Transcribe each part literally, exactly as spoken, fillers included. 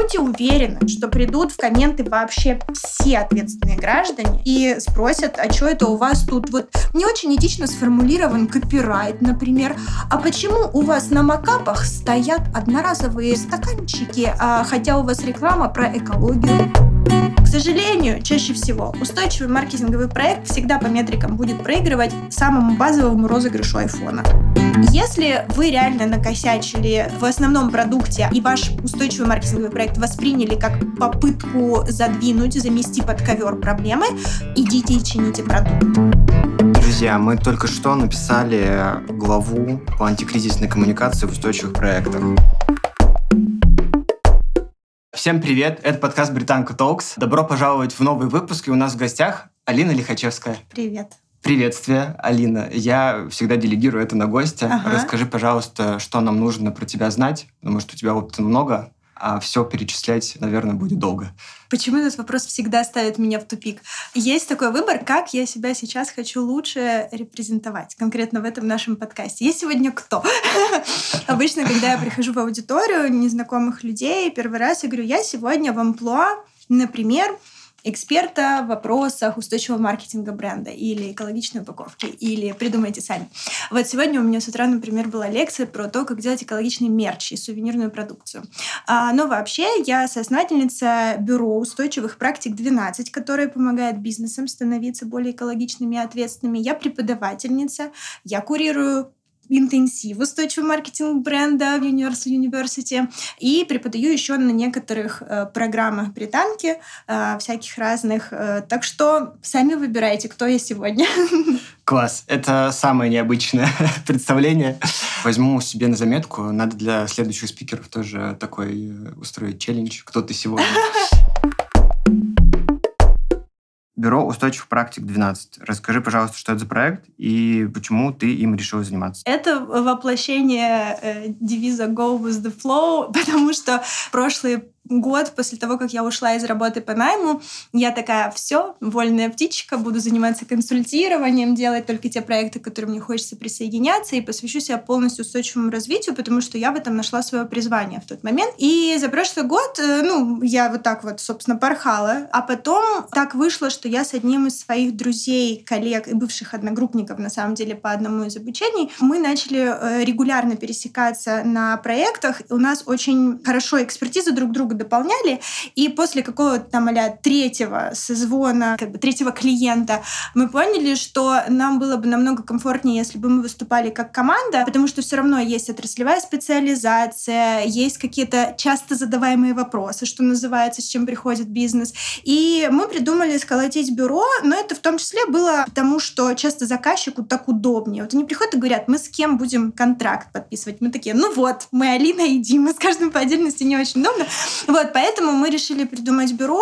Будьте уверены, что придут в комменты вообще все ответственные граждане и спросят, а что это у вас тут вот не очень этично сформулирован копирайт, например. А почему у вас на макапах стоят одноразовые стаканчики, а, хотя у вас реклама про экологию? К сожалению, чаще всего устойчивый маркетинговый проект всегда по метрикам будет проигрывать самому базовому розыгрышу айфона. Если вы реально накосячили в основном продукте и ваш устойчивый маркетинговый проект восприняли как попытку задвинуть, замести под ковер проблемы, идите и чините продукт. Друзья, мы только что написали главу по антикризисной коммуникации в устойчивых проектах. Всем привет, это подкаст «Британка Talks». Добро пожаловать в новый выпуск, и у нас в гостях Алина Лихачевская. Привет. Приветствие, Алина. Я всегда делегирую это на гостя. Ага. Расскажи, пожалуйста, что нам нужно про тебя знать, потому что у тебя опыта много, а все перечислять, наверное, будет долго. Почему этот вопрос всегда ставит меня в тупик? Есть такой выбор, как я себя сейчас хочу лучше репрезентовать, конкретно в этом нашем подкасте. Я сегодня кто? Обычно, когда я прихожу в аудиторию незнакомых людей, первый раз я говорю, я сегодня в амплуа, например, эксперта в вопросах устойчивого маркетинга бренда или экологичной упаковки, или придумайте сами. Вот сегодня у меня с утра, например, была лекция про то, как делать экологичный мерч и сувенирную продукцию. А, но вообще я соосновательница бюро устойчивых практик двенадцать, которое помогает бизнесам становиться более экологичными и ответственными. Я преподавательница, я курирую интенсив устойчивый маркетинг бренда в Universal University и преподаю еще на некоторых э, программах британки, э, всяких разных. Э, так что сами выбирайте, кто я сегодня. Класс. Это самое необычное представление. Возьму себе на заметку. Надо для следующих спикеров тоже такой устроить челлендж. Кто ты сегодня? Бюро устойчивых практик двенадцать. Расскажи, пожалуйста, что это за проект и почему ты им решила заниматься. Это воплощение э, девиза «Go with the flow», потому что прошлые год после того, как я ушла из работы по найму, я такая, все, вольная птичка, буду заниматься консультированием, делать только те проекты, к которым мне хочется присоединяться, и посвящу себя полностью устойчивому развитию, потому что я в этом нашла свое призвание в тот момент. И за прошлый год, ну, я вот так вот, собственно, порхала, а потом так вышло, что я с одним из своих друзей, коллег и бывших одногруппников, на самом деле, по одному из обучений, мы начали регулярно пересекаться на проектах, у нас очень хорошо экспертиза друг друга дополняли, и после какого-то там а-ля третьего созвона, как бы третьего клиента, мы поняли, что нам было бы намного комфортнее, если бы мы выступали как команда, потому что все равно есть отраслевая специализация, есть какие-то часто задаваемые вопросы, что называется, с чем приходит бизнес. И мы придумали сколотить бюро, но это в том числе было потому, что часто заказчику так удобнее. Вот они приходят и говорят, мы с кем будем контракт подписывать? Мы такие, ну вот, мы Алина и Дима, с каждым по отдельности не очень удобно. Вот, поэтому мы решили придумать бюро,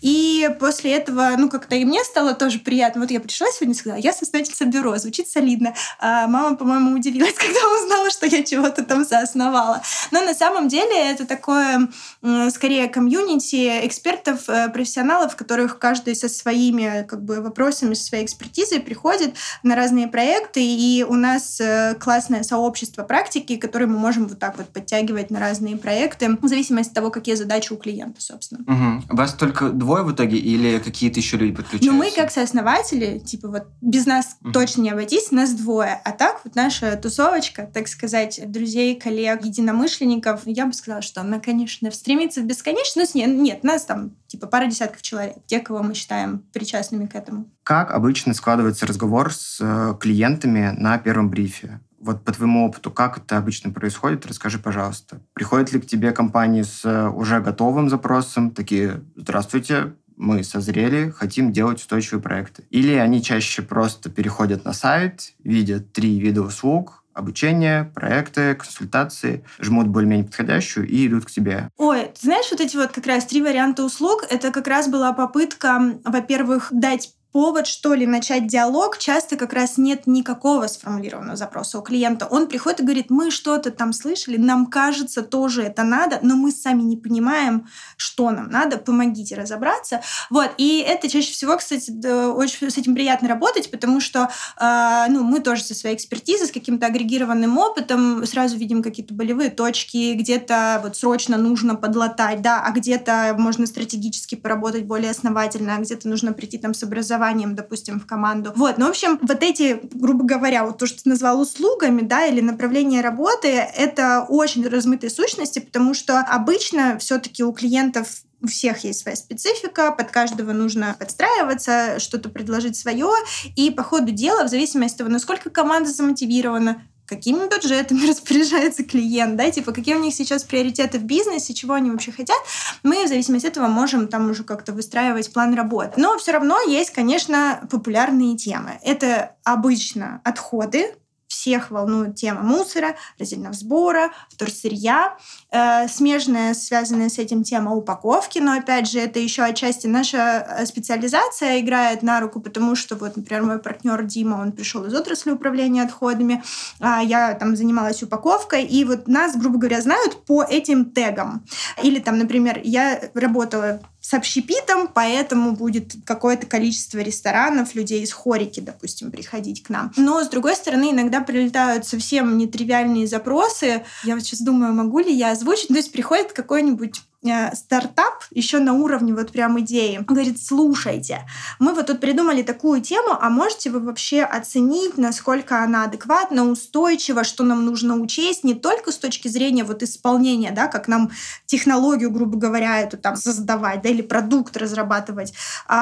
и после этого, ну, как-то и мне стало тоже приятно. Вот я пришла сегодня и сказала, я соосновательница бюро, звучит солидно. А мама, по-моему, удивилась, когда узнала, что я чего-то там соосновала. Но на самом деле это такое, скорее, комьюнити экспертов, профессионалов, которых каждый со своими, как бы, вопросами, со своей экспертизой приходит на разные проекты, и у нас классное сообщество практики, которые мы можем вот так вот подтягивать на разные проекты, в зависимости от того, какие задачи у клиента, собственно. Угу. Вас только двое в итоге или какие-то еще люди подключаются? Ну, мы как сооснователи, типа вот без нас угу. точно не обойтись, нас двое. А так вот наша тусовочка, так сказать, друзей, коллег, единомышленников, я бы сказала, что она, конечно, стремится в бесконечность. Нет, нет, нас там типа пара десятков человек, те, кого мы считаем причастными к этому. Как обычно складывается разговор с клиентами на первом брифе? Вот по твоему опыту, как это обычно происходит? Расскажи, пожалуйста. Приходят ли к тебе компании с уже готовым запросом, такие, здравствуйте, мы созрели, хотим делать устойчивые проекты? Или они чаще просто переходят на сайт, видят три вида услуг, обучение, проекты, консультации, жмут более-менее подходящую и идут к тебе? Ой, ты знаешь, вот эти вот как раз три варианта услуг, это как раз была попытка, во-первых, дать повод, что ли, начать диалог. Часто как раз нет никакого сформулированного запроса у клиента. Он приходит и говорит, мы что-то там слышали, нам кажется, тоже это надо, но мы сами не понимаем, что нам надо, помогите разобраться. Вот. И это чаще всего, кстати, очень с этим приятно работать, потому что э, ну, мы тоже со своей экспертизой, с каким-то агрегированным опытом сразу видим какие-то болевые точки, где-то вот срочно нужно подлатать, да, а где-то можно стратегически поработать более основательно, а где-то нужно прийти там с образованием, допустим, в команду. Вот. Ну, в общем, вот эти, грубо говоря, вот то, что ты назвал услугами, да, или направление работы, это очень размытые сущности, потому что обычно все-таки у клиентов у всех есть своя специфика, под каждого нужно подстраиваться, что-то предложить свое, и по ходу дела, в зависимости от того, насколько команда замотивирована, какими бюджетами распоряжается клиент, да, типа, какие у них сейчас приоритеты в бизнесе, чего они вообще хотят, мы в зависимости от этого можем там уже как-то выстраивать план работы. Но все равно есть, конечно, популярные темы. Это обычно отходы, всех волнует тема мусора, раздельного сбора, вторсырья, э, смежная, связанная с этим тема упаковки, но, опять же, это еще отчасти наша специализация играет на руку, потому что, вот, например, мой партнер Дима, он пришел из отрасли управления отходами, а я там занималась упаковкой, и вот нас, грубо говоря, знают по этим тегам. Или там, например, я работала с общепитом, поэтому будет какое-то количество ресторанов, людей из Хорики, допустим, приходить к нам. Но, с другой стороны, иногда прилетают совсем нетривиальные запросы. Я вот сейчас думаю, могу ли я озвучить. То есть приходит какой-нибудь э, стартап еще на уровне вот прям идеи. Он говорит, слушайте, мы вот тут придумали такую тему, а можете вы вообще оценить, насколько она адекватна, устойчива, что нам нужно учесть не только с точки зрения вот исполнения, да, как нам технологию, грубо говоря, эту там создавать, да, или продукт разрабатывать,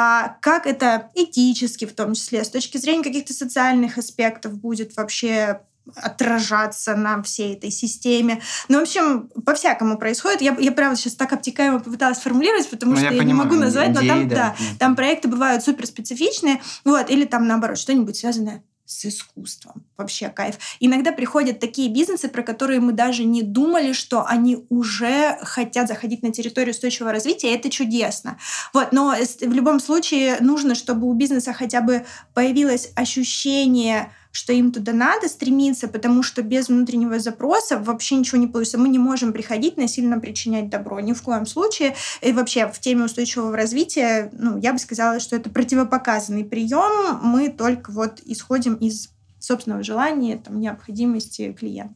а как это этически в том числе, с точки зрения каких-то социальных аспектов будет вообще отражаться на всей этой системе. Ну, в общем, по-всякому происходит. Я, я правда, сейчас так обтекаемо попыталась сформулировать, потому ну, что я, я понимаю, не могу назвать, идеи, но там, да, да, там проекты бывают суперспецифичные, вот, или там, наоборот, что-нибудь связанное с искусством. Вообще кайф. Иногда приходят такие бизнесы, про которые мы даже не думали, что они уже хотят заходить на территорию устойчивого развития, и это чудесно. Вот. Но в любом случае нужно, чтобы у бизнеса хотя бы появилось ощущение, что им туда надо стремиться, потому что без внутреннего запроса вообще ничего не получится. Мы не можем приходить насильно причинять добро. Ни в коем случае. И вообще в теме устойчивого развития, ну, я бы сказала, что это противопоказанный прием. Мы только вот исходим из собственного желания, там, необходимости клиента.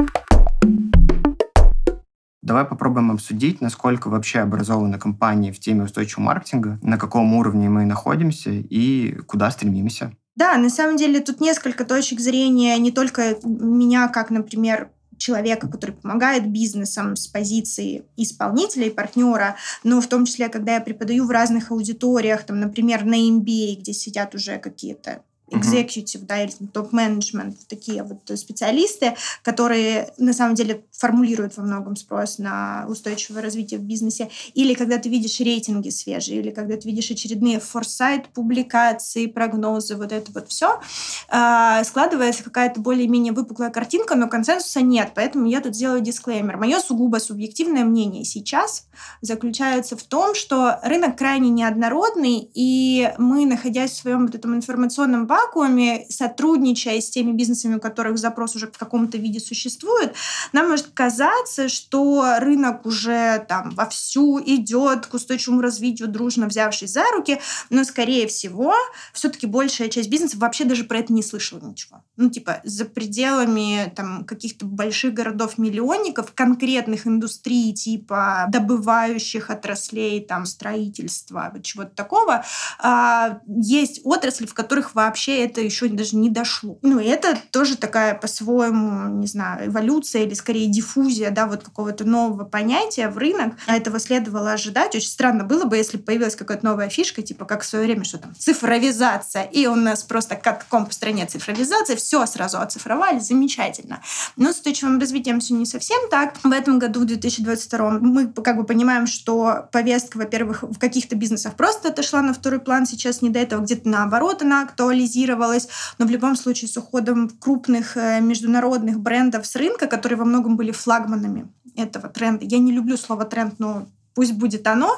Давай попробуем обсудить, насколько вообще образованы компании в теме устойчивого маркетинга, на каком уровне мы находимся и куда стремимся. Да, на самом деле тут несколько точек зрения не только меня, как, например, человека, который помогает бизнесам с позиции исполнителя и партнера, но в том числе, когда я преподаю в разных аудиториях, там, например, на эм би эй, где сидят уже какие-то executive, uh-huh. да, или топ-менеджмент, такие вот специалисты, которые на самом деле формулируют во многом спрос на устойчивое развитие в бизнесе. Или когда ты видишь рейтинги свежие, или когда ты видишь очередные форсайт, публикации, прогнозы, вот это вот все, э, складывается какая-то более-менее выпуклая картинка, но консенсуса нет. Поэтому я тут сделаю дисклеймер. Мое сугубо субъективное мнение сейчас заключается в том, что рынок крайне неоднородный, и мы, находясь в своем вот этом информационном вакууме, сотрудничая с теми бизнесами, у которых запрос уже в каком-то виде существует, нам может казаться, что рынок уже там вовсю идет к устойчивому развитию, дружно взявшись за руки, но, скорее всего, все-таки большая часть бизнеса вообще даже про это не слышала ничего. Ну, типа, за пределами там каких-то больших городов-миллионников, конкретных индустрий, типа добывающих отраслей, там, строительства, вот чего-то такого, есть отрасли, в которых вообще это еще даже не дошло. Ну, и это тоже такая по-своему, не знаю, эволюция или скорее диффузия, да, вот какого-то нового понятия в рынок. А этого следовало ожидать. Очень странно было бы, если бы появилась какая-то новая фишка, типа как в свое время, что там цифровизация, и у нас просто катком по стране цифровизация, все сразу оцифровали, замечательно. Но с устойчивым развитием все не совсем так. В этом году, в две тысячи двадцать втором, мы как бы понимаем, что повестка, во-первых, в каких-то бизнесах просто отошла на второй план, сейчас не до этого, где-то наоборот она актуализировалась, но в любом случае с уходом крупных международных брендов с рынка, которые во многом были флагманами этого тренда. Я не люблю слово «тренд», но пусть будет оно.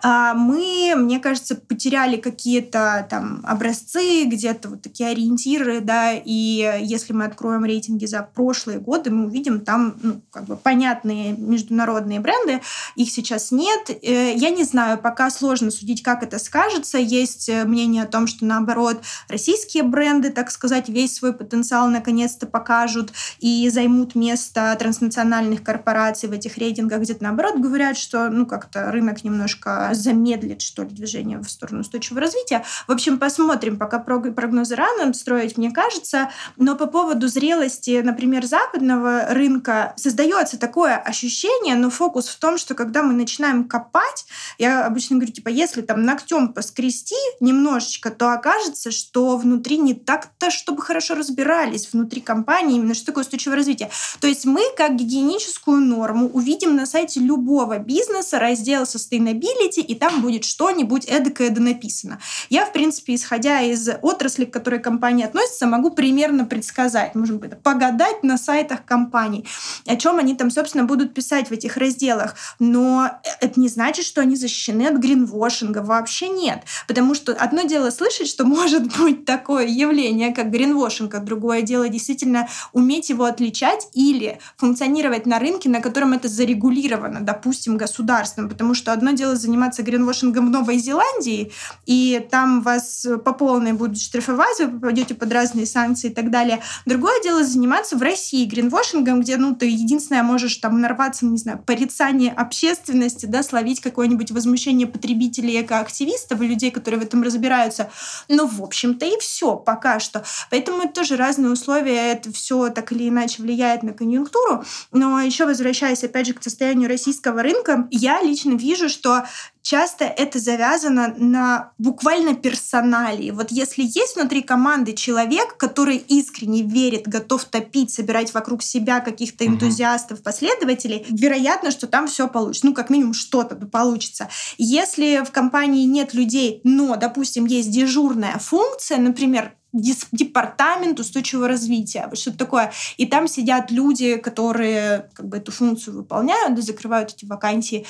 Мы, мне кажется, потеряли какие-то там образцы, где-то вот такие ориентиры, да, и если мы откроем рейтинги за прошлые годы, мы увидим там, ну, как бы понятные международные бренды, их сейчас нет. Я не знаю, пока сложно судить, как это скажется. Есть мнение о том, что, наоборот, российские бренды, так сказать, весь свой потенциал наконец-то покажут и займут место транснациональных корпораций в этих рейтингах. Где-то, наоборот, говорят, что, ну, как-то рынок немножко замедлит, что ли, движение в сторону устойчивого развития. В общем, посмотрим. Пока прогнозы рано строить, мне кажется. Но по поводу зрелости, например, западного рынка создается такое ощущение, но фокус в том, что когда мы начинаем копать, я обычно говорю, типа, если там ногтем поскрести немножечко, то окажется, что внутри не так-то, чтобы хорошо разбирались внутри компании, именно что такое устойчивое развитие. То есть мы, как гигиеническую норму, увидим на сайте любого бизнеса раздел sustainability, и там будет что-нибудь эдакое да написано. Я, в принципе, исходя из отрасли, к которой компания относится, могу примерно предсказать, может быть, погадать на сайтах компаний, о чем они там, собственно, будут писать в этих разделах. Но это не значит, что они защищены от гринвошинга. Вообще нет. Потому что одно дело слышать, что может быть такое явление, как гринвошинг, а другое дело действительно уметь его отличать или функционировать на рынке, на котором это зарегулировано, допустим, государством. Потому что одно дело заниматься гринвошингом в Новой Зеландии, и там вас по полной будут штрафовать, вы попадете под разные санкции и так далее. Другое дело заниматься в России гринвошингом, где, ну, ты единственное можешь там нарваться на, не знаю, порицание общественности, да, словить какое-нибудь возмущение потребителей, экоактивистов и людей, которые в этом разбираются. Но, в общем-то, и все пока что. Поэтому это тоже разные условия, это все так или иначе влияет на конъюнктуру. Но еще возвращаясь, опять же, к состоянию российского рынка, я лично вижу, что часто это завязано на буквально персоналии. Вот если есть внутри команды человек, который искренне верит, готов топить, собирать вокруг себя каких-то энтузиастов, последователей, вероятно, что там все получится. Ну, как минимум, что-то получится. Если в компании нет людей, но, допустим, есть дежурная функция, например, департамент устойчивого развития, что-то такое. И там сидят люди, которые как бы эту функцию выполняют, да, закрывают эти вакансии.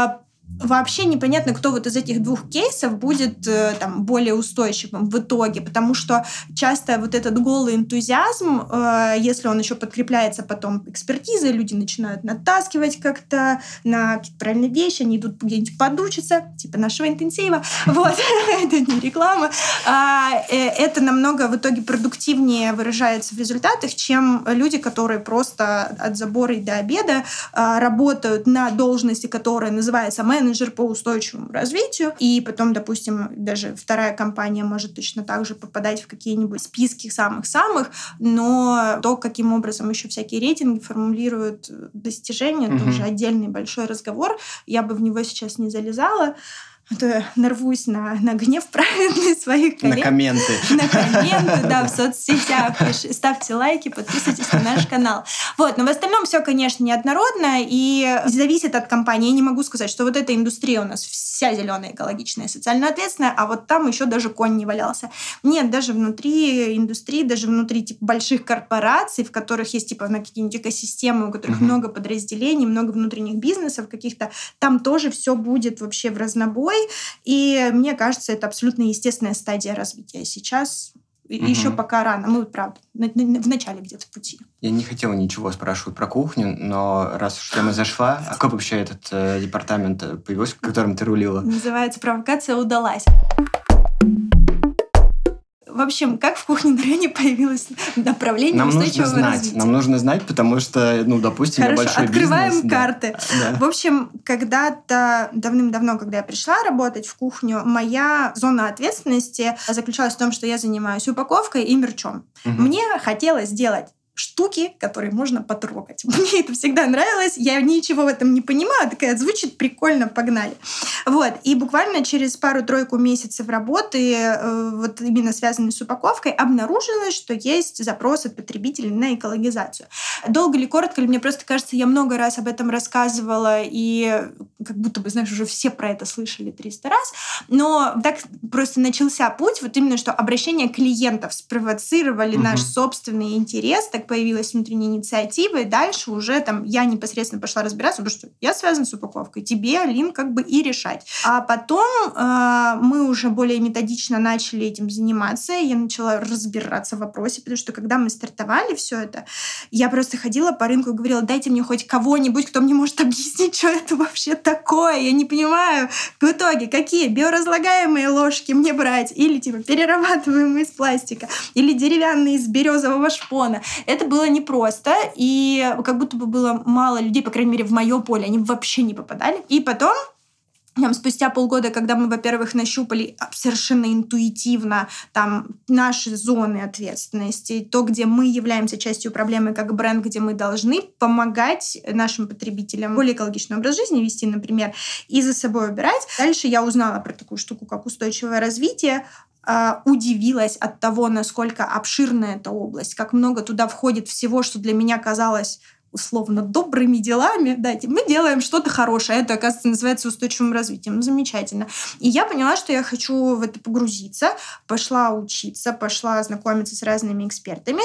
Вообще непонятно, кто вот из этих двух кейсов будет э, там, более устойчивым в итоге, потому что часто вот этот голый энтузиазм, э, если он еще подкрепляется потом экспертизой, люди начинают натаскивать как-то на какие-то правильные вещи, они идут где-нибудь подучиться, типа нашего интенсива, вот, это не реклама. Это намного в итоге продуктивнее выражается в результатах, чем люди, которые просто от забора и до обеда работают на должности, которая называется менеджер по устойчивому развитию, и потом, допустим, даже вторая компания может точно так же попадать в какие-нибудь списки самых-самых, но то, каким образом еще всякие рейтинги формулируют достижения, это уже отдельный большой разговор. Я бы в него сейчас не залезала. А то я нарвусь на, на гнев праведный своих коллег. На комменты. На комменты, да, в соцсетях. Ставьте лайки, подписывайтесь на наш канал. Вот, но в остальном все, конечно, неоднородно и зависит от компании. Я не могу сказать, что вот эта индустрия у нас вся зеленая, экологичная, социально ответственная, а вот там еще даже конь не валялся. Нет, даже внутри индустрии, даже внутри типа больших корпораций, в которых есть типа на какие-нибудь экосистемы, у которых mm-hmm. много подразделений, много внутренних бизнесов каких-то, там тоже все будет вообще в разнобой. И мне кажется, это абсолютно естественная стадия развития. Сейчас угу. еще пока рано. Мы, правда, в начале где-то пути. Я не хотела ничего спрашивать про кухню, но раз уж тема зашла, а как вообще этот э, департамент появился, в котором ты рулила? Называется «Провокация удалась». В общем, как в кухне на районе появилось направление нам устойчивого нужно знать, развития? Нам нужно знать, потому что, ну, допустим, Хорошо, я большой открываем бизнес. карты. Да. В общем, когда-то давным-давно, когда я пришла работать в кухню, моя зона ответственности заключалась в том, что я занимаюсь упаковкой и мерчом. Угу. Мне хотелось сделать штуки, которые можно потрогать. Мне это всегда нравилось. Я ничего в этом не понимаю. Такая, звучит прикольно, погнали. Вот. И буквально через пару-тройку месяцев работы, э, вот именно связанной с упаковкой, обнаружилось, что есть запрос от потребителей на экологизацию. Долго ли, коротко ли, мне просто кажется, я много раз об этом рассказывала, и как будто бы, знаешь, уже все про это слышали триста раз. Но так просто начался путь, вот именно, что обращение клиентов спровоцировали угу. наш собственный интерес, так появилась внутренняя инициатива, и дальше уже там я непосредственно пошла разбираться, потому что я связана с упаковкой. Тебе, Алин, как бы и решай. решать. А потом э, мы уже более методично начали этим заниматься, я начала разбираться в вопросе, потому что когда мы стартовали все это, я просто ходила по рынку и говорила, дайте мне хоть кого-нибудь, кто мне может объяснить, что это вообще такое, я не понимаю. В итоге, какие биоразлагаемые ложки мне брать, или типа перерабатываемые из пластика, или деревянные из березового шпона. Это было непросто, и как будто бы было мало людей, по крайней мере, в мое поле, они вообще не попадали. И потом, там, спустя полгода, когда мы, во-первых, нащупали совершенно интуитивно там, наши зоны ответственности, то, где мы являемся частью проблемы как бренд, где мы должны помогать нашим потребителям более экологичный образ жизни вести, например, и за собой убирать. Дальше я узнала про такую штуку, как устойчивое развитие, удивилась от того, насколько обширна эта область, как много туда входит всего, что для меня казалось условно добрыми делами, да, мы делаем что-то хорошее, это, оказывается, называется устойчивым развитием. Ну, замечательно. И я поняла, что я хочу в это погрузиться, пошла учиться, пошла знакомиться с разными экспертами,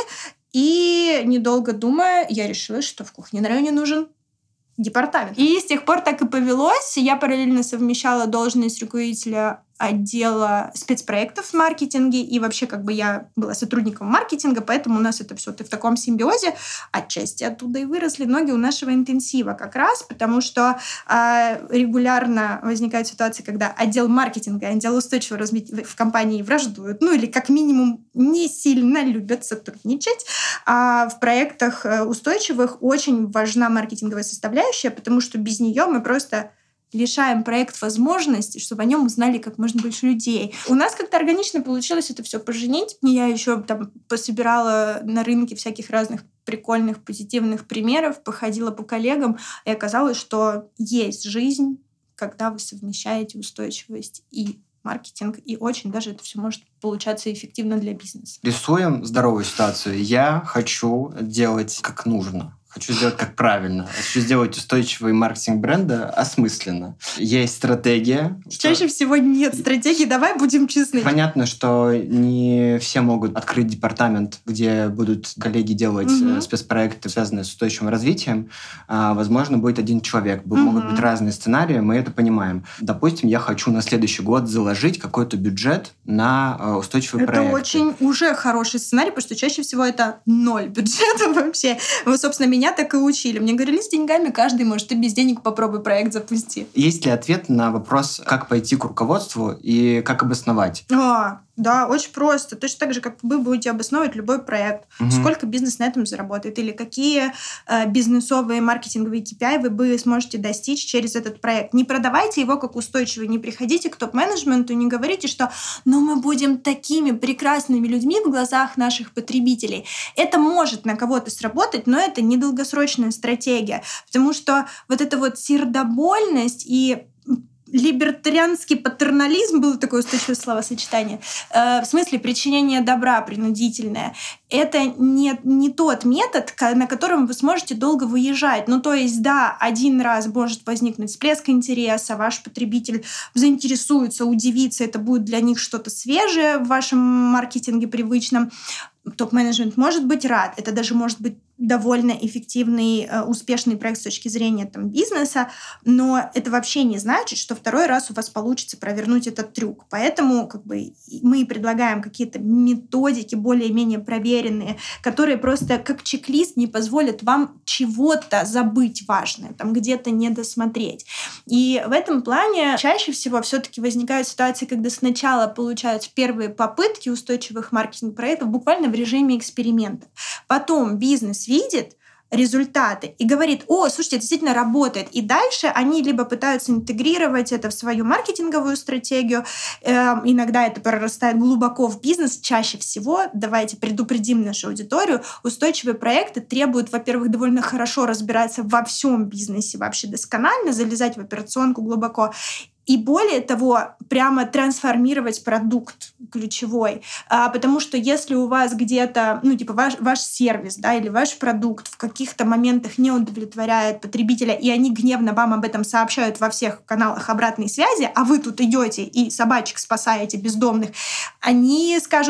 и, недолго думая, я решила, что в кухне на районе нужен департамент. И с тех пор так и повелось. Я параллельно совмещала должность руководителя отдела спецпроектов в маркетинге, и вообще как бы я была сотрудником маркетинга, поэтому у нас это все в таком симбиозе. Отчасти оттуда и выросли ноги у нашего интенсива как раз, потому что э, регулярно возникают ситуации, когда отдел маркетинга и отдел устойчивого развития в компании враждуют, ну или как минимум не сильно любят сотрудничать. А в проектах устойчивых очень важна маркетинговая составляющая, потому что без нее мы просто лишаем проект возможности, чтобы о нем узнали как можно больше людей. У нас как-то органично получилось это все поженить. Я еще там пособирала на рынке всяких разных прикольных, позитивных примеров, походила по коллегам, и оказалось, что есть жизнь, когда вы совмещаете устойчивость и маркетинг, и очень даже это все может получаться эффективно для бизнеса. Рисуем здоровую ситуацию. Я хочу делать как нужно. Хочу сделать как правильно. Хочу сделать устойчивый маркетинг бренда осмысленно. Есть стратегия. Чаще что... всего нет стратегии, давай будем честны. Понятно, что не все могут открыть департамент, где будут коллеги делать угу. спецпроекты, связанные с устойчивым развитием. А, возможно, будет один человек. Угу. Могут быть разные сценарии, мы это понимаем. Допустим, я хочу на следующий год заложить какой-то бюджет на устойчивый это проект. Это очень уже хороший сценарий, потому что чаще всего это ноль бюджета вообще. Вот, собственно, меня Меня так и учили. Мне говорили, с деньгами каждый может. Ты без денег попробуй проект запусти. Есть ли ответ на вопрос, как пойти к руководству и как обосновать? А, да, очень просто. Точно так же, как вы будете обосновывать любой проект. Угу. Сколько бизнес на этом заработает? Или какие э, бизнесовые маркетинговые кей пи ай вы бы сможете достичь через этот проект. Не продавайте его как устойчивый. Не приходите к топ-менеджменту и не говорите, что ну, мы будем такими прекрасными людьми в глазах наших потребителей. Это может на кого-то сработать, но это не долгосрочная стратегия. Потому что вот эта вот сердобольность и либертарианский патернализм, было такое устойчивое словосочетание, э, в смысле причинение добра принудительное, это не, не тот метод, на котором вы сможете долго выезжать. Ну, то есть, да, один раз может возникнуть всплеск интереса, ваш потребитель заинтересуется, удивится, это будет для них что-то свежее в вашем маркетинге привычном. Топ-менеджмент может быть рад, это даже может быть довольно эффективный, успешный проект с точки зрения там, бизнеса, но это вообще не значит, что второй раз у вас получится провернуть этот трюк. Поэтому как бы, мы предлагаем какие-то методики более-менее проверенные, которые просто как чек-лист не позволят вам чего-то забыть важное, там где-то не досмотреть. И в этом плане чаще всего все-таки возникают ситуации, когда сначала получаются первые попытки устойчивых маркетинг-проектов буквально в режиме эксперимента. Потом бизнес видит результаты и говорит, о, слушайте, это действительно работает. И дальше они либо пытаются интегрировать это в свою маркетинговую стратегию, э, иногда это прорастает глубоко в бизнес. Чаще всего, давайте предупредим нашу аудиторию, устойчивые проекты требуют, во-первых, довольно хорошо разбираться во всем бизнесе, вообще досконально, залезать в операционку глубоко. И более того, прямо трансформировать продукт ключевой. А, потому что если у вас где-то, ну, типа, ваш, ваш сервис, да, или ваш продукт в каких-то моментах не удовлетворяет потребителя, и они гневно вам об этом сообщают во всех каналах обратной связи, а вы тут идете и собачек спасаете бездомных, они скажут: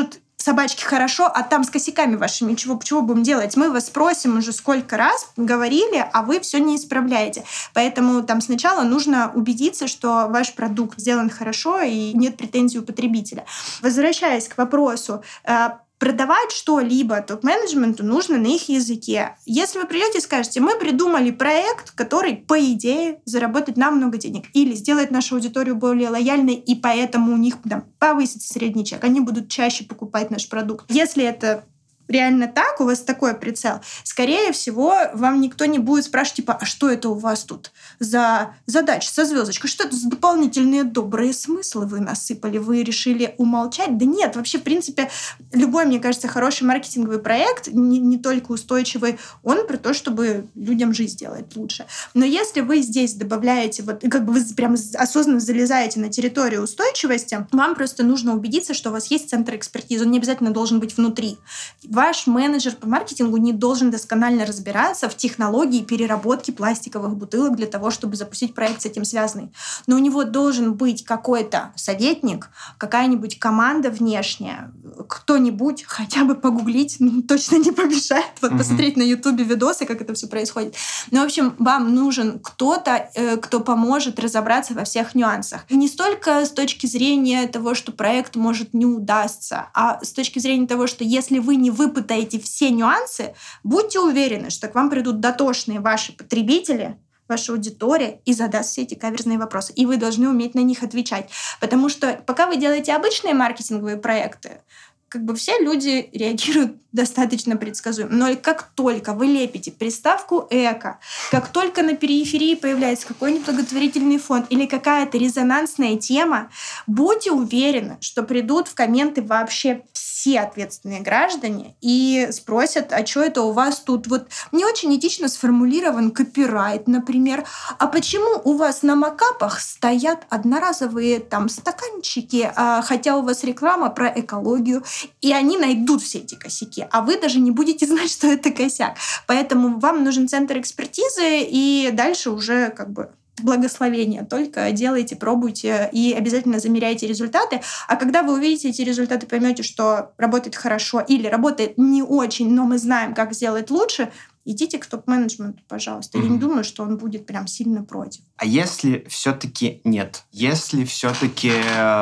собачке хорошо, а там с косяками вашими чего, чего будем делать? Мы вас просим уже сколько раз, говорили, а вы все не исправляете. Поэтому там сначала нужно убедиться, что ваш продукт сделан хорошо и нет претензий у потребителя. Возвращаясь к вопросу, продавать что-либо топ-менеджменту нужно на их языке. Если вы придете и скажете, мы придумали проект, который, по идее, заработает нам много денег или сделает нашу аудиторию более лояльной, и поэтому у них там, повысится средний чек, они будут чаще покупать наш продукт. Если это реально так, у вас такой прицел, скорее всего, вам никто не будет спрашивать, типа, а что это у вас тут за задача со звездочкой? Что это за дополнительные добрые смыслы вы насыпали? Вы решили умолчать? Да нет, вообще, в принципе, любой, мне кажется, хороший маркетинговый проект, не, не только устойчивый, он про то, чтобы людям жизнь сделать лучше. Но если вы здесь добавляете, вот, как бы вы прям осознанно залезаете на территорию устойчивости, вам просто нужно убедиться, что у вас есть центр экспертизы. Он не обязательно должен быть внутри. Ваш менеджер по маркетингу не должен досконально разбираться в технологии переработки пластиковых бутылок для того, чтобы запустить проект с этим связанный. Но у него должен быть какой-то советник, какая-нибудь команда внешняя, кто-нибудь хотя бы погуглить, ну, точно не помешает, вот mm-hmm. посмотреть на Ютубе видосы, как это все происходит. Ну, в общем, вам нужен кто-то, э, кто поможет разобраться во всех нюансах. Не столько с точки зрения того, что проект может не удастся, а с точки зрения того, что если вы не выпытаете все нюансы, будьте уверены, что к вам придут дотошные ваши потребители, ваша аудитория и задаст все эти каверзные вопросы. И вы должны уметь на них отвечать. Потому что пока вы делаете обычные маркетинговые проекты, как бы все люди реагируют достаточно предсказуемо. Но как только вы лепите приставку «эко», как только на периферии появляется какой-нибудь благотворительный фонд или какая-то резонансная тема, будьте уверены, что придут в комменты вообще все ответственные граждане и спросят, а что это у вас тут? Вот не очень этично сформулирован копирайт, например. А почему у вас на макапах стоят одноразовые там стаканчики, а, хотя у вас реклама про экологию? И они найдут все эти косяки, а вы даже не будете знать, что это косяк. Поэтому вам нужен центр экспертизы, и дальше уже как бы благословение. Только делайте, пробуйте и обязательно замеряйте результаты. А когда вы увидите эти результаты, поймете, что работает хорошо или работает не очень, но мы знаем, как сделать лучше, идите к топ-менеджменту, пожалуйста. Mm-hmm. Я не думаю, что он будет прям сильно против. А если все-таки нет? Если все-таки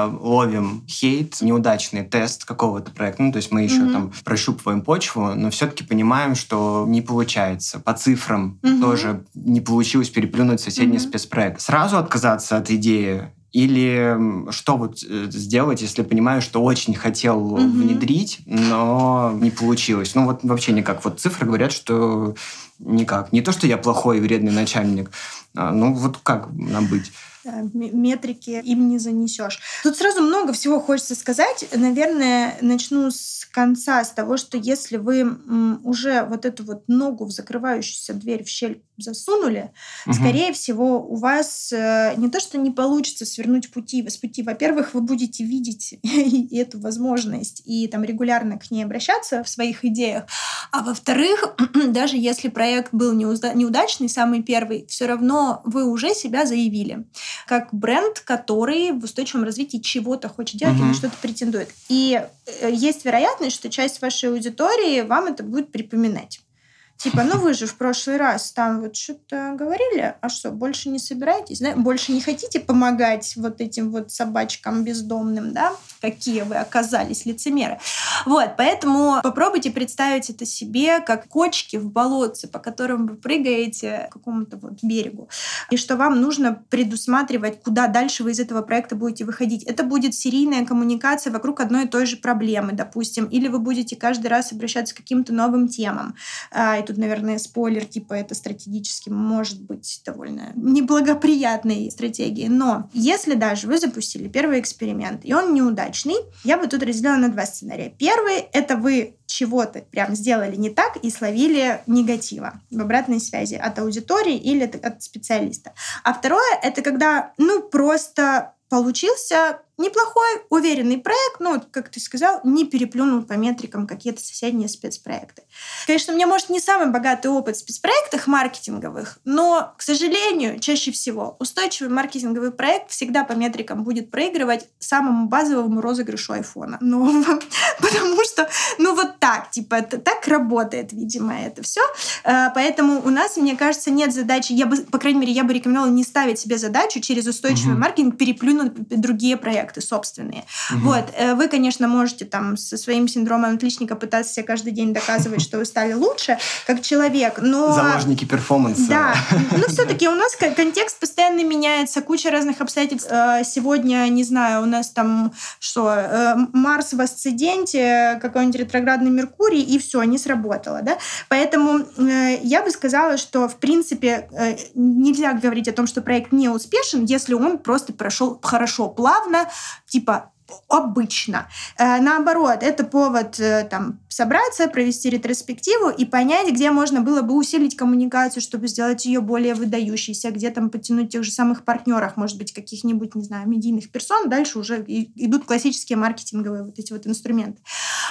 ловим хейт, неудачный тест какого-то проекта, ну, то есть мы еще mm-hmm. там прощупываем почву, но все-таки понимаем, что не получается. По цифрам mm-hmm. тоже не получилось переплюнуть соседний mm-hmm. спецпроект. Сразу отказаться от идеи? Или что вот сделать, если понимаю, что очень хотел mm-hmm. внедрить, но не получилось? Ну вот вообще никак. Вот цифры говорят, что никак. Не то, что я плохой и вредный начальник. А, ну вот как нам быть? Да, метрики им не занесешь. Тут сразу много всего хочется сказать. Наверное, начну с конца, с того, что если вы м, уже вот эту вот ногу в закрывающуюся дверь в щель засунули, угу. скорее всего, у вас э, не то, что не получится свернуть пути, с пути. Во-первых, вы будете видеть эту возможность и там регулярно к ней обращаться в своих идеях. А во-вторых, даже если проект был неуда- неудачный, самый первый, все равно вы уже себя заявили как бренд, который в устойчивом развитии чего-то хочет делать uh-huh. или на что-то претендует. И есть вероятность, что часть вашей аудитории вам это будет припоминать. Типа, ну вы же в прошлый раз там вот что-то говорили, а что, больше не собираетесь, да? Больше не хотите помогать вот этим вот собачкам бездомным, да? Какие вы оказались лицемеры. Вот, поэтому попробуйте представить это себе как кочки в болотце, по которым вы прыгаете к какому-то вот берегу. И что вам нужно предусматривать, куда дальше вы из этого проекта будете выходить. Это будет серийная коммуникация вокруг одной и той же проблемы, допустим. Или вы будете каждый раз обращаться к каким-то новым темам. И тут, наверное, спойлер, типа это стратегически может быть довольно неблагоприятной стратегией. Но если даже вы запустили первый эксперимент, и он неудачный, я бы тут разделила на два сценария. Первый — это вы чего-то прям сделали не так и словили негатива в обратной связи от аудитории или от специалиста. А второе — это когда, ну, просто получился неплохой, уверенный проект, ну, как ты сказал, не переплюнул по метрикам какие-то соседние спецпроекты. Конечно, у меня, может, не самый богатый опыт в спецпроектах маркетинговых, но, к сожалению, чаще всего устойчивый маркетинговый проект всегда по метрикам будет проигрывать самому базовому розыгрышу айфона. Ну, потому что, ну, вот так, типа, так работает, видимо, это все. Поэтому у нас, мне кажется, нет задачи, я бы, по крайней мере, я бы рекомендовала не ставить себе задачу через устойчивый угу. маркетинг переплюнуть другие проекты собственные. Угу. Вот. Вы, конечно, можете там со своим синдромом отличника пытаться себе каждый день доказывать, что вы стали лучше, как человек, но... Заложники перформанса. Да. Но все-таки у нас контекст постоянно меняется, куча разных обстоятельств. Сегодня, не знаю, у нас там что, Марс в асценденте, какой-нибудь ретроградный Меркурий, и все, не сработало, да? Поэтому я бы сказала, что, в принципе, нельзя говорить о том, что проект не успешен, если он просто прошел хорошо, плавно, типа обычно. Наоборот, это повод там, собраться, провести ретроспективу и понять, где можно было бы усилить коммуникацию, чтобы сделать ее более выдающейся, где там подтянуть тех же самых партнеров, может быть, каких-нибудь, не знаю, медийных персон. Дальше уже идут классические маркетинговые вот эти вот инструменты.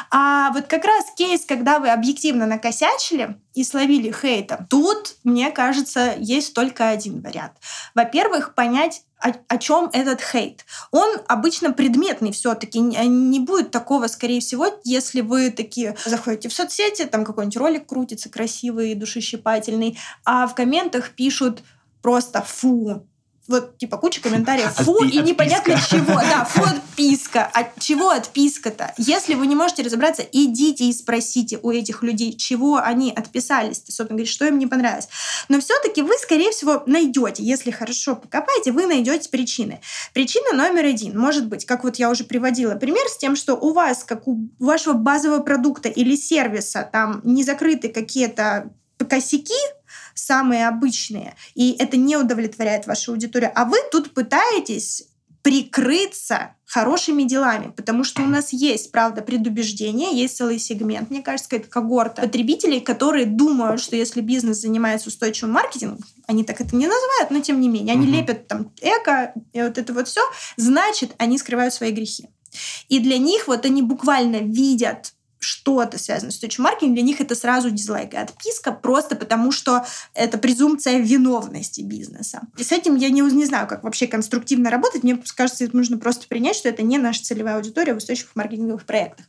А вот как раз кейс, когда вы объективно накосячили и словили хейта, тут, мне кажется, есть только один вариант. Во-первых, понять, О, о чем этот хейт. Он обычно предметный все-таки. Не будет такого, скорее всего, если вы такие заходите в соцсети, там какой-нибудь ролик крутится красивый, душещипательный, а в комментах пишут просто «фу». Вот, типа, куча комментариев «фу» Отпи- и непонятно отписка. Чего. Да, «фу» отписка. От чего отписка-то? Если вы не можете разобраться, идите и спросите у этих людей, чего они отписались. Собственно говоря, что им не понравилось. Но все-таки вы, скорее всего, найдете, если хорошо покопаете, вы найдете причины. Причина номер один может быть, как вот я уже приводила пример с тем, что у вас, как у вашего базового продукта или сервиса, там не закрыты какие-то косяки, самые обычные, и это не удовлетворяет вашу аудиторию, а вы тут пытаетесь прикрыться хорошими делами, потому что у нас есть, правда, предубеждение, есть целый сегмент, мне кажется, какая-то когорта потребителей, которые думают, что если бизнес занимается устойчивым маркетингом, они так это не называют, но тем не менее, они uh-huh. лепят там эко, и вот это вот все, значит, они скрывают свои грехи. И для них вот они буквально видят что-то связано с устойчивым маркетингом, для них это сразу дизлайк и отписка, просто потому что это презумпция виновности бизнеса. И с этим я не, не знаю, как вообще конструктивно работать. Мне кажется, это нужно просто принять, что это не наша целевая аудитория в устойчивых маркетинговых проектах.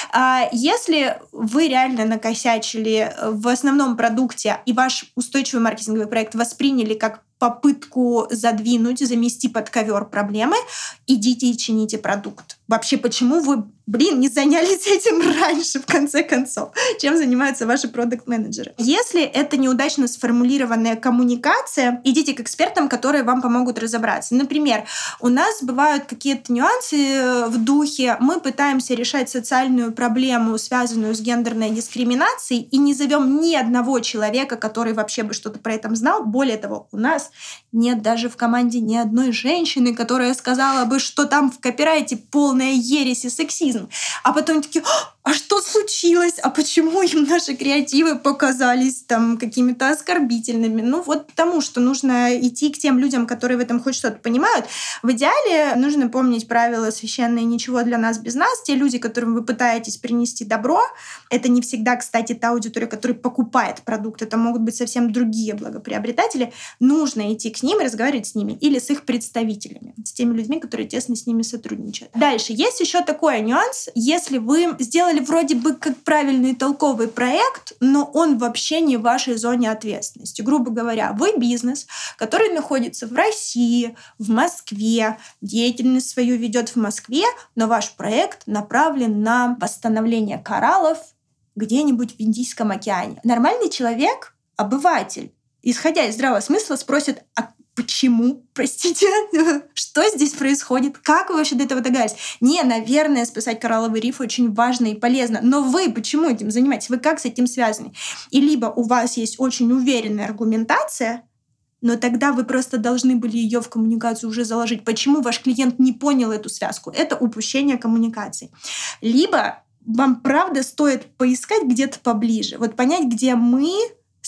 А если вы реально накосячили в основном продукте, и ваш устойчивый маркетинговый проект восприняли как попытку задвинуть, замести под ковер проблемы, идите и чините продукт. Вообще, почему вы, блин, не занялись этим раньше, в конце концов? Чем занимаются ваши продакт-менеджеры? Если это неудачно сформулированная коммуникация, идите к экспертам, которые вам помогут разобраться. Например, у нас бывают какие-то нюансы в духе, мы пытаемся решать социальную проблему, связанную с гендерной дискриминацией, и не зовем ни одного человека, который вообще бы что-то про это знал. Более того, у нас нет даже в команде ни одной женщины, которая сказала бы, что там в копирайте полная ересь и сексизм. А потом такие: а что случилось? А почему им наши креативы показались там какими-то оскорбительными? Ну вот потому, что нужно идти к тем людям, которые в этом хоть что-то понимают. В идеале нужно помнить правила священные «ничего для нас без нас». Те люди, которым вы пытаетесь принести добро, это не всегда, кстати, та аудитория, которая покупает продукт. Это могут быть совсем другие благоприобретатели. Нужно идти к ним и разговаривать с ними. Или с их представителями, с теми людьми, которые тесно с ними сотрудничают. Дальше. Есть еще такой нюанс. Если вы сделали вроде бы как правильный толковый проект, но он вообще не в вашей зоне ответственности. Грубо говоря, вы бизнес, который находится в России, в Москве, деятельность свою ведет в Москве, но ваш проект направлен на восстановление кораллов где-нибудь в Индийском океане. Нормальный человек, обыватель, исходя из здравого смысла, спросит: а почему? Простите, что здесь происходит? Как вы вообще до этого догадались? Не, наверное, спасать коралловый риф очень важно и полезно. Но вы почему этим занимаетесь? Вы как с этим связаны? И либо у вас есть очень уверенная аргументация, но тогда вы просто должны были ее в коммуникацию уже заложить. Почему ваш клиент не понял эту связку? Это упущение коммуникации. Либо вам правда стоит поискать где-то поближе. Вот понять, где мы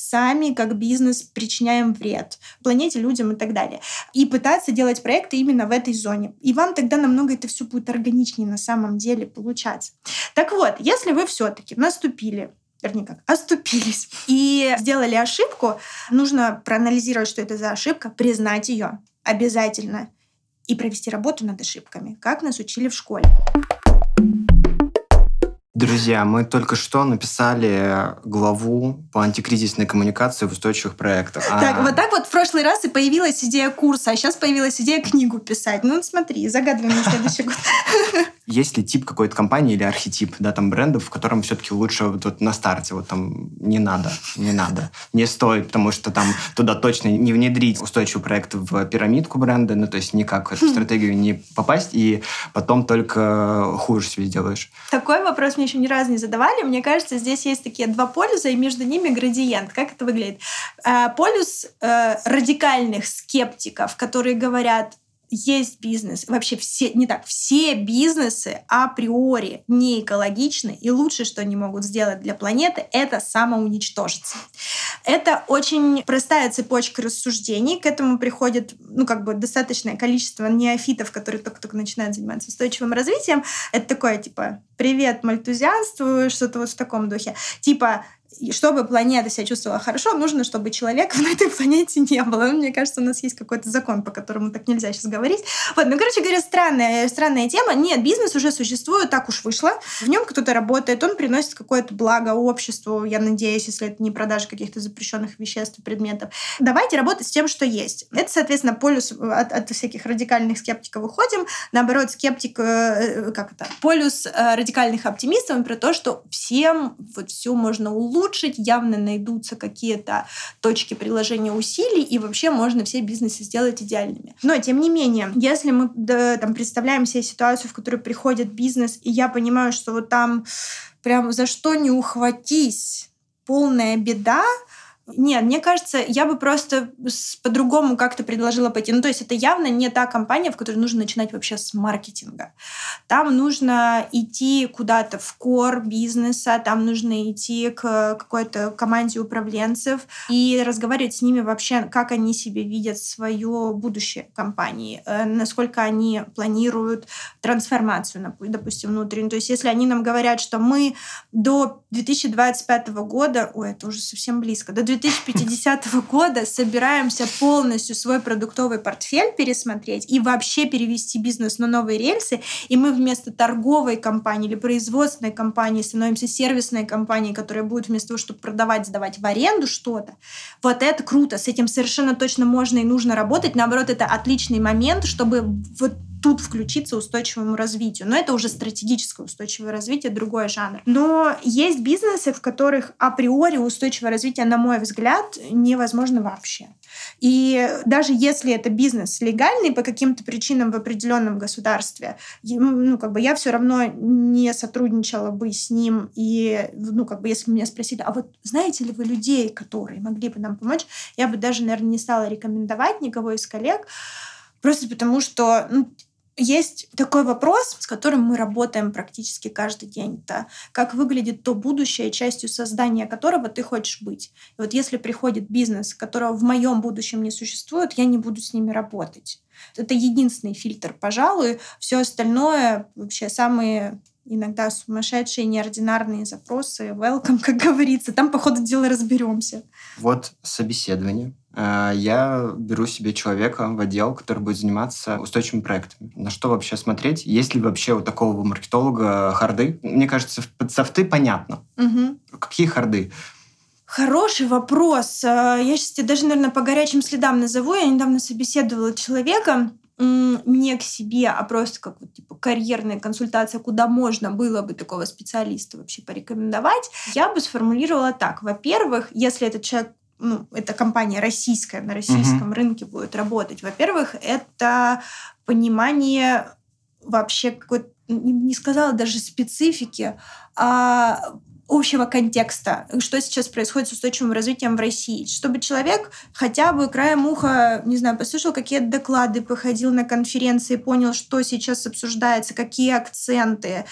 сами как бизнес причиняем вред планете, людям и так далее. И пытаться делать проекты именно в этой зоне. И вам тогда намного это все будет органичнее на самом деле получаться. Так вот, если вы все-таки наступили, вернее как, оступились и сделали ошибку, нужно проанализировать, что это за ошибка, признать ее обязательно и провести работу над ошибками, как нас учили в школе. Друзья, мы только что написали главу по антикризисной коммуникации в устойчивых проектах. Так, а... вот так вот в прошлый раз и появилась идея курса, а сейчас появилась идея книгу писать. Ну, смотри, загадываем на следующий год. Есть ли тип какой-то компании или архетип, да, там брендов, в котором все-таки лучше вот, вот на старте вот там не надо, не надо, не стоит, потому что там туда точно не внедрить устойчивый проект в пирамидку бренда, ну, то есть никак в эту стратегию не попасть, и потом только хуже себе сделаешь. Такой вопрос мне еще ни разу не задавали. Мне кажется, здесь есть такие два полюса, и между ними градиент. Как это выглядит? Полюс радикальных скептиков, которые говорят, есть бизнес, вообще все, не так, все бизнесы априори не экологичны, и лучшее, что они могут сделать для планеты, это самоуничтожиться. Это очень простая цепочка рассуждений, к этому приходит, ну, как бы достаточное количество неофитов, которые только-только начинают заниматься устойчивым развитием. Это такое, типа, привет, мальтузианствую, что-то вот в таком духе. Типа, чтобы планета себя чувствовала хорошо, нужно, чтобы человека на этой планете не было. Ну, мне кажется, у нас есть какой-то закон, по которому так нельзя сейчас говорить. Вот, ну, короче говоря, странная, странная тема. Нет, бизнес уже существует, так уж вышло. В нем кто-то работает, он приносит какое-то благо обществу, я надеюсь, если это не продажа каких-то запрещенных веществ и предметов. Давайте работать с тем, что есть. Это, соответственно, полюс от, от всяких радикальных скептиков уходим. Наоборот, скептик, как это, полюс радикальных оптимистов про то, что всем вот все можно улучшить, явно найдутся какие-то точки приложения усилий, и вообще можно все бизнесы сделать идеальными. Но, тем не менее, если мы да, там, представляем себе ситуацию, в которой приходит бизнес, и я понимаю, что вот там прям за что не ухватись, полная беда. Нет, мне кажется, я бы просто по-другому как-то предложила пойти. Ну, то есть это явно не та компания, в которой нужно начинать вообще с маркетинга. Там нужно идти куда-то в кор бизнеса, там нужно идти к какой-то команде управленцев и разговаривать с ними вообще, как они себе видят свое будущее компании, насколько они планируют трансформацию, допустим, внутреннюю. То есть если они нам говорят, что мы до две тысячи двадцать пятого года, ой, это уже совсем близко, до две тысячи пятидесятого года собираемся полностью свой продуктовый портфель пересмотреть и вообще перевести бизнес на новые рельсы, и мы вместо торговой компании или производственной компании становимся сервисной компанией, которая будет вместо того, чтобы продавать, сдавать в аренду что-то. Вот это круто, с этим совершенно точно можно и нужно работать. Наоборот, это отличный момент, чтобы вот тут включиться устойчивому развитию. Но это уже стратегическое устойчивое развитие, другой жанр. Но есть бизнесы, в которых априори устойчивое развитие, на мой взгляд, невозможно вообще. И даже если это бизнес легальный по каким-то причинам в определенном государстве, ну, как бы я все равно не сотрудничала бы с ним. И, ну, как бы, если меня спросили, а вот знаете ли вы людей, которые могли бы нам помочь, я бы даже, наверное, не стала рекомендовать никого из коллег, просто потому что, ну, есть такой вопрос, с которым мы работаем практически каждый день. Это как выглядит то будущее, частью создания которого ты хочешь быть. И вот если приходит бизнес, которого в моем будущем не существует, я не буду с ними работать. Это единственный фильтр, пожалуй. Все остальное, вообще самые иногда сумасшедшие, неординарные запросы, welcome, как говорится. Там по ходу дела разберемся. Вот собеседование. Я беру себе человека в отдел, который будет заниматься устойчивыми проектами. На что вообще смотреть? Есть ли вообще у такого маркетолога харды? Мне кажется, под софты понятно. Угу. Какие харды? Хороший вопрос. Я сейчас тебе даже, наверное, по горячим следам назову. Я недавно собеседовала человека, не к себе, а просто как вот, типа, карьерная консультация, куда можно было бы такого специалиста вообще порекомендовать. Я бы сформулировала так. Во-первых, если этот человек, ну, эта компания российская, на российском uh-huh. рынке будет работать, во-первых, это понимание вообще какой-то, не сказала даже специфики, а общего контекста, что сейчас происходит с устойчивым развитием в России, чтобы человек хотя бы краем уха, не знаю, послушал какие-то доклады, походил на конференции, понял, что сейчас обсуждается, какие акценты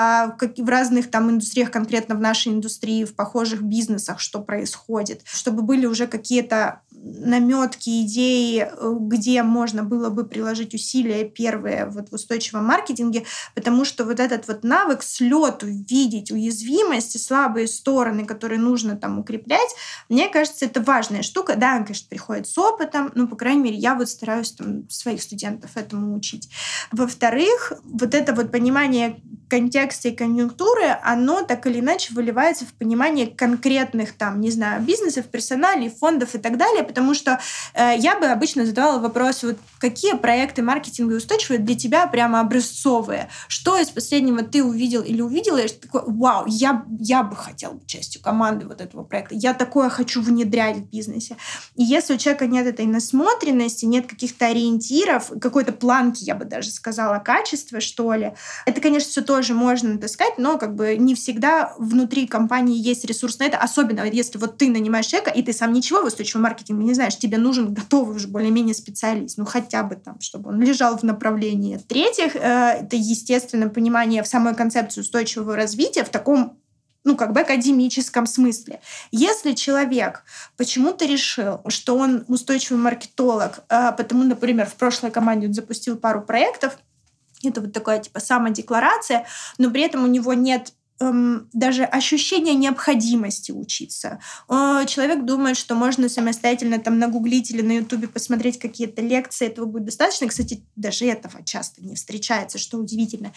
в разных там индустриях, конкретно в нашей индустрии, в похожих бизнесах, что происходит, чтобы были уже какие-то намётки, идеи, где можно было бы приложить усилия первые вот в устойчивом маркетинге, потому что вот этот вот навык слёту, видеть уязвимости, слабые стороны, которые нужно там укреплять, мне кажется, это важная штука. Да, он, конечно, приходит с опытом, но, по крайней мере, я вот стараюсь там своих студентов этому учить. Во-вторых, вот это вот понимание контекста и конъюнктуры, оно так или иначе выливается в понимание конкретных там, не знаю, бизнесов, персоналей, фондов и так далее, потому что э, я бы обычно задавала вопрос, вот какие проекты маркетинга устойчивые для тебя прямо образцовые? Что из последнего ты увидел или увидела, и такой, вау, я, я бы хотел быть частью команды вот этого проекта, я такое хочу внедрять в бизнесе. И если у человека нет этой насмотренности, нет каких-то ориентиров, какой-то планки, я бы даже сказала, качества, что ли, это, конечно, все тоже можно натаскать, но как бы не всегда внутри компании есть ресурс на это, особенно если вот ты нанимаешь человека, и ты сам ничего в устойчивом маркетинге не знаешь, тебе нужен готовый уже более-менее специалист, ну хотя бы там, чтобы он лежал в направлении. В-третьих, это, естественно, понимание в самой концепции устойчивого развития в таком, ну, как бы академическом смысле. Если человек почему-то решил, что он устойчивый маркетолог, потому, например, в прошлой команде он запустил пару проектов, это вот такая типа самодекларация, но при этом у него нет эм, даже ощущения необходимости учиться. Э, человек думает, что можно самостоятельно там нагуглить или на Ютубе посмотреть какие-то лекции, этого будет достаточно. Кстати, даже этого часто не встречается, что удивительно.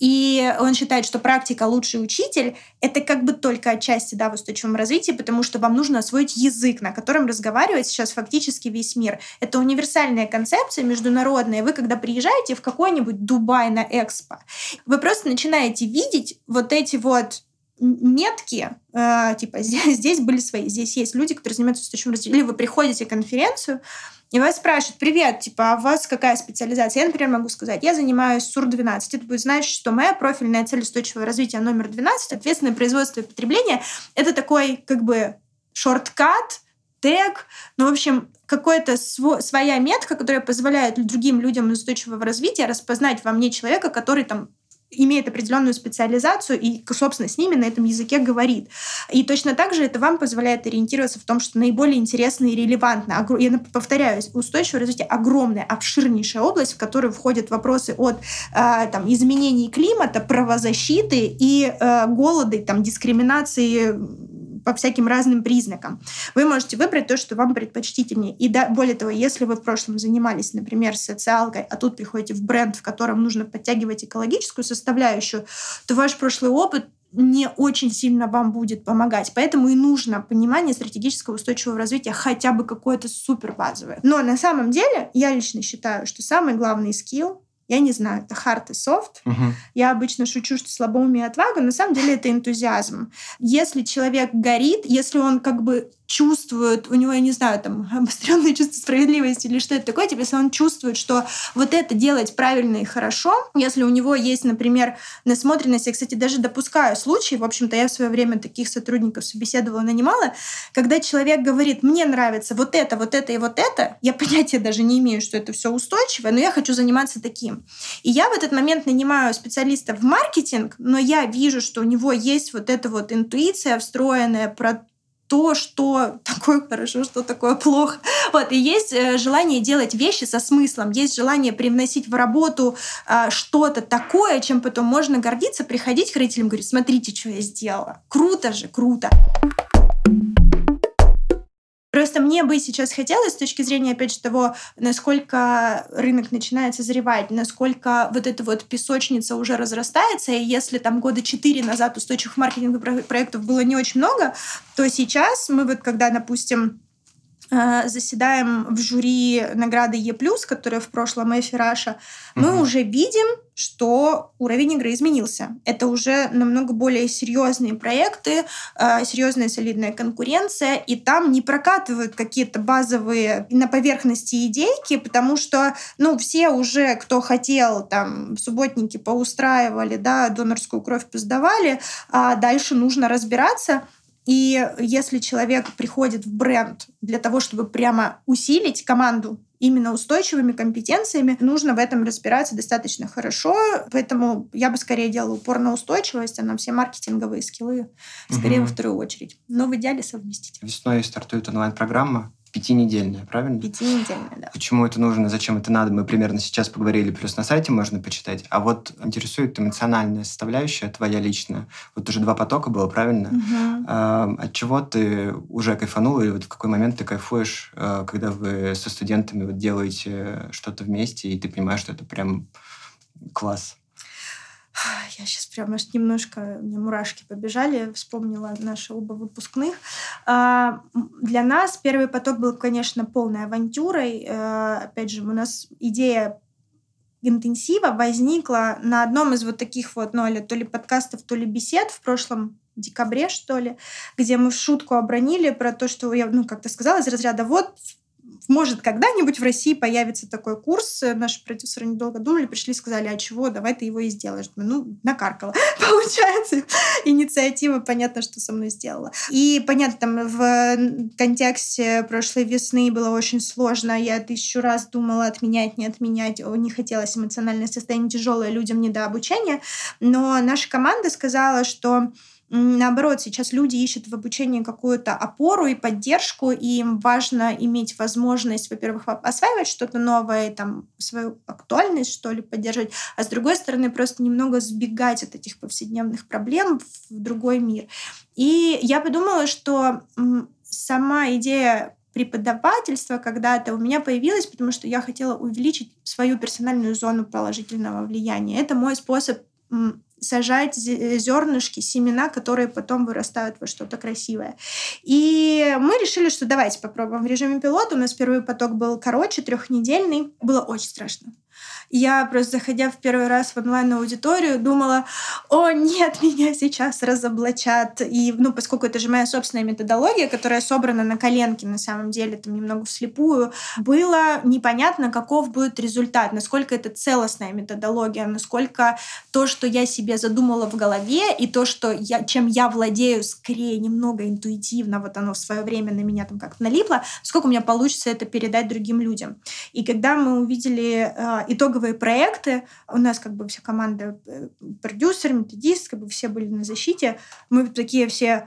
И он считает, что практика лучший учитель — это как бы только отчасти, да, в устойчивом развитии, потому что вам нужно освоить язык, на котором разговаривает сейчас фактически весь мир. Это универсальная концепция международная. Вы, когда приезжаете в какой-нибудь Дубай на Экспо, вы просто начинаете видеть вот эти вот метки, э, типа здесь, здесь были свои, здесь есть люди, которые занимаются устойчивым развитием. Или вы приходите в конференцию, и вас спрашивают: привет, типа, а у вас какая специализация? Я, например, могу сказать, я занимаюсь СУР двенадцать. Это будет значить, что моя профильная цель устойчивого развития номер двенадцать, ответственное производство и потребление, это такой как бы шорткат, тег, ну, в общем, какая-то сво- своя метка, которая позволяет другим людям из устойчивого развития распознать во мне человека, который там имеет определенную специализацию и, собственно, с ними на этом языке говорит. И точно так же это вам позволяет ориентироваться в том, что наиболее интересно и релевантно. Я повторяюсь, устойчивое развитие — огромная, обширнейшая область, в которую входят вопросы от э, там, изменений климата, правозащиты и э, голода, и, там, дискриминации по всяким разным признакам. Вы можете выбрать то, что вам предпочтительнее. И да, более того, если вы в прошлом занимались, например, социалкой, а тут приходите в бренд, в котором нужно подтягивать экологическую составляющую, то ваш прошлый опыт не очень сильно вам будет помогать. Поэтому и нужно понимание стратегического устойчивого развития хотя бы какое-то супер базовое. Но на самом деле я лично считаю, что самый главный скилл, я не знаю, это hard и soft. Uh-huh. Я обычно шучу, что слабоумие и отвага. На самом деле это энтузиазм. Если человек горит, если он как бы чувствует, у него, я не знаю, там, обостренное чувство справедливости или что это такое, типа, если он чувствует, что вот это делать правильно и хорошо, если у него есть, например, насмотренность, я, кстати, даже допускаю случаи, в общем-то, я в свое время таких сотрудников собеседовала, нанимала, когда человек говорит: мне нравится вот это, вот это и вот это, я понятия даже не имею, что это все устойчивое, но я хочу заниматься таким. И я в этот момент нанимаю специалиста в маркетинг, но я вижу, что у него есть вот эта вот интуиция встроенная про то, что такое хорошо, что такое плохо. Вот. И есть э, желание делать вещи со смыслом, есть желание привносить в работу э, что-то такое, чем потом можно гордиться, приходить к родителям и говорить: смотрите, что я сделала. Круто же, круто. Просто мне бы сейчас хотелось, с точки зрения, опять же, того, насколько рынок начинает созревать, насколько вот эта вот песочница уже разрастается, и если там года четыре назад устойчивых маркетинговых проектов было не очень много, то сейчас мы вот, когда, допустим, заседаем в жюри награды Е+, которая в прошлом Эфи Раша, мы mm-hmm. уже видим, что уровень игры изменился. Это уже намного более серьезные проекты, серьезная солидная конкуренция, и там не прокатывают какие-то базовые на поверхности идейки, потому что, ну, все уже, кто хотел, там, субботники поустраивали, да, донорскую кровь поздавали, а дальше нужно разбираться. И если человек приходит в бренд для того, чтобы прямо усилить команду именно устойчивыми компетенциями, нужно в этом разбираться достаточно хорошо. Поэтому я бы скорее делала упор на устойчивость, а на все маркетинговые скиллы скорее угу. во вторую очередь. Но в идеале совместить. Весной стартует онлайн-программа. Пятинедельная, правильно? Пятинедельная, да. Почему это нужно, зачем это надо, мы примерно сейчас поговорили, плюс на сайте можно почитать. А вот интересует эмоциональная составляющая твоя личная. Вот уже два потока было, правильно? Угу. А, от чего ты уже кайфанула, и вот в какой момент ты кайфуешь, когда вы со студентами вот делаете что-то вместе, и ты понимаешь, что это прям класс? Я сейчас прям аж немножко, у меня мурашки побежали, вспомнила наши оба выпускных. А, для нас первый поток был, конечно, полной авантюрой. А, опять же, у нас идея интенсива возникла на одном из вот таких вот, ну, то ли подкастов, то ли бесед в прошлом декабре, что ли, где мы в шутку обронили про то, что я, ну, как-то сказала из разряда, вот, может, когда-нибудь в России появится такой курс. Наши продюсеры недолго думали, пришли и сказали, а чего, давай ты его и сделаешь. Ну, накаркала. Получается, инициатива, понятно, что со мной сделала. И, понятно, там в контексте прошлой весны было очень сложно. Я тысячу раз думала отменять, не отменять. Не хотелось, эмоциональное состояние тяжелое, людям не до обучения. Но наша команда сказала, что наоборот, сейчас люди ищут в обучении какую-то опору и поддержку, и им важно иметь возможность, во-первых, осваивать что-то новое, там, свою актуальность, что ли, поддерживать, а с другой стороны, просто немного сбегать от этих повседневных проблем в другой мир. И я подумала, что сама идея преподавательства когда-то у меня появилась, потому что я хотела увеличить свою персональную зону положительного влияния. Это мой способ сажать зернышки, семена, которые потом вырастают во что-то красивое. И мы решили, что давайте попробуем в режиме пилота. У нас первый поток был короче, трехнедельный. Было очень страшно. Я просто, заходя в первый раз в онлайн-аудиторию, думала, о, нет, меня сейчас разоблачат. И, ну, поскольку это же моя собственная методология, которая собрана на коленке, на самом деле, там немного вслепую, было непонятно, каков будет результат, насколько это целостная методология, насколько то, что я себе задумала в голове, и то, что я, чем я владею, скорее немного интуитивно, вот оно в свое время на меня там как-то налипло, сколько у меня получится это передать другим людям. И когда мы увидели э, итоговые проекты, у нас как бы вся команда, э, продюсер, методист, как бы все были на защите, мы такие все...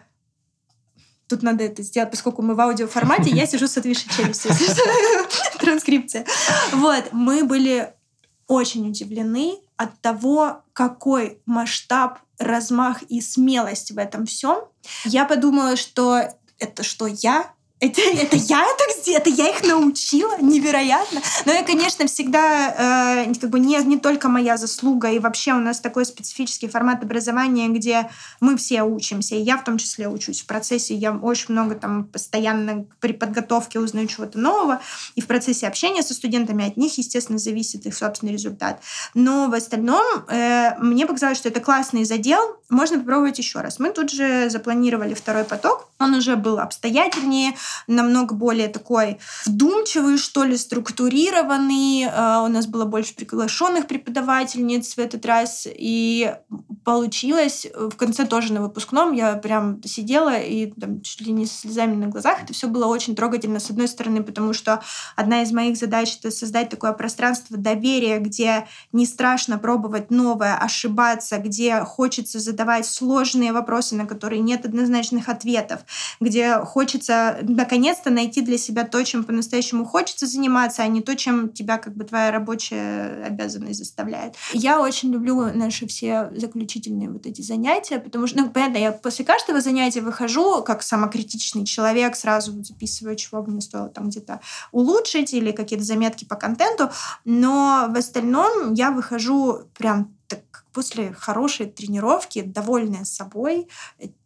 Тут надо это сделать, поскольку мы в аудиоформате, я сижу с отвисшей челюстью. Транскрипция. Вот, мы были очень удивлены от того, какой масштаб, размах и смелость в этом всем. Я подумала, что это что, я? Это, это я так сделала, это я их научила, невероятно. Но я, конечно, всегда, э, как бы не, не только моя заслуга, и вообще у нас такой специфический формат образования, где мы все учимся, и я в том числе учусь. В процессе я очень много там постоянно при подготовке узнаю чего-то нового, и в процессе общения со студентами от них, естественно, зависит их собственный результат. Но в остальном э, мне показалось, что это классный задел, можно попробовать еще раз. Мы тут же запланировали второй поток, он уже был обстоятельнее, намного более такой вдумчивый, что ли, структурированный. У нас было больше приглашенных преподавательниц в этот раз. И получилось в конце тоже на выпускном. Я прям сидела и там, чуть ли не с слезами на глазах. Это все было очень трогательно, с одной стороны, потому что одна из моих задач — это создать такое пространство доверия, где не страшно пробовать новое, ошибаться, где хочется задавать сложные вопросы, на которые нет однозначных ответов, где хочется наконец-то найти для себя то, чем по-настоящему хочется заниматься, а не то, чем тебя как бы твоя рабочая обязанность заставляет. Я очень люблю наши все заключительные вот эти занятия, потому что, ну, понятно, я после каждого занятия выхожу как самокритичный человек, сразу записываю, чего бы мне стоило там где-то улучшить или какие-то заметки по контенту, но в остальном я выхожу прям так, после хорошей тренировки, довольная собой,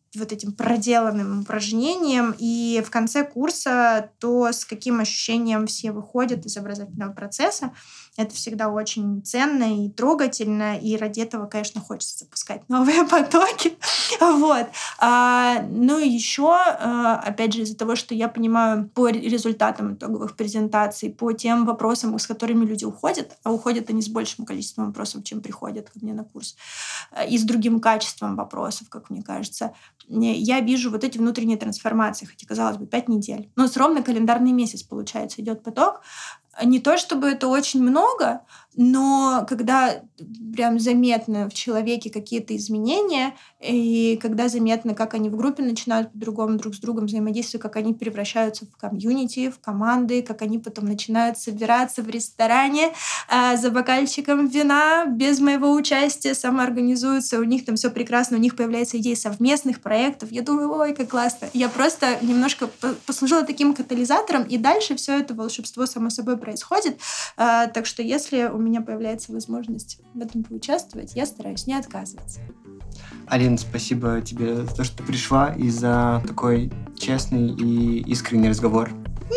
вот этим проделанным упражнением, и в конце курса то, с каким ощущением все выходят из образовательного процесса, это всегда очень ценно и трогательно, и ради этого, конечно, хочется запускать новые потоки. Вот. А, ну и еще, опять же, из-за того, что я понимаю по результатам итоговых презентаций, по тем вопросам, с которыми люди уходят, а уходят они с большим количеством вопросов, чем приходят ко мне на курс, и с другим качеством вопросов, как мне кажется, я вижу вот эти внутренние трансформации, хотя, казалось бы, пять недель. Но с ровно календарный месяц, получается, идет поток. Не то чтобы это очень много, но когда прям заметно в человеке какие-то изменения, и когда заметно, как они в группе начинают по-другому друг с другом взаимодействовать, как они превращаются в комьюнити, в команды, как они потом начинают собираться в ресторане э, за бокальчиком вина без моего участия, самоорганизуются, у них там все прекрасно, у них появляется идея совместных проектов. Я думаю, ой, как классно. Я просто немножко послужила таким катализатором, и дальше все это волшебство само собой происходит. Э, так что если у меня появляется возможность в этом поучаствовать, я стараюсь не отказываться. Алин, спасибо тебе за то, что ты пришла, и за такой честный и искренний разговор.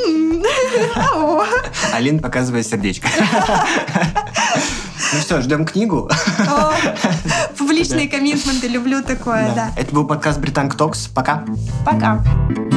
Алин показывает сердечко. Ну что, ждем книгу. Публичные коммитменты, люблю такое, да. Это был подкаст Британк Токс. Пока. Пока.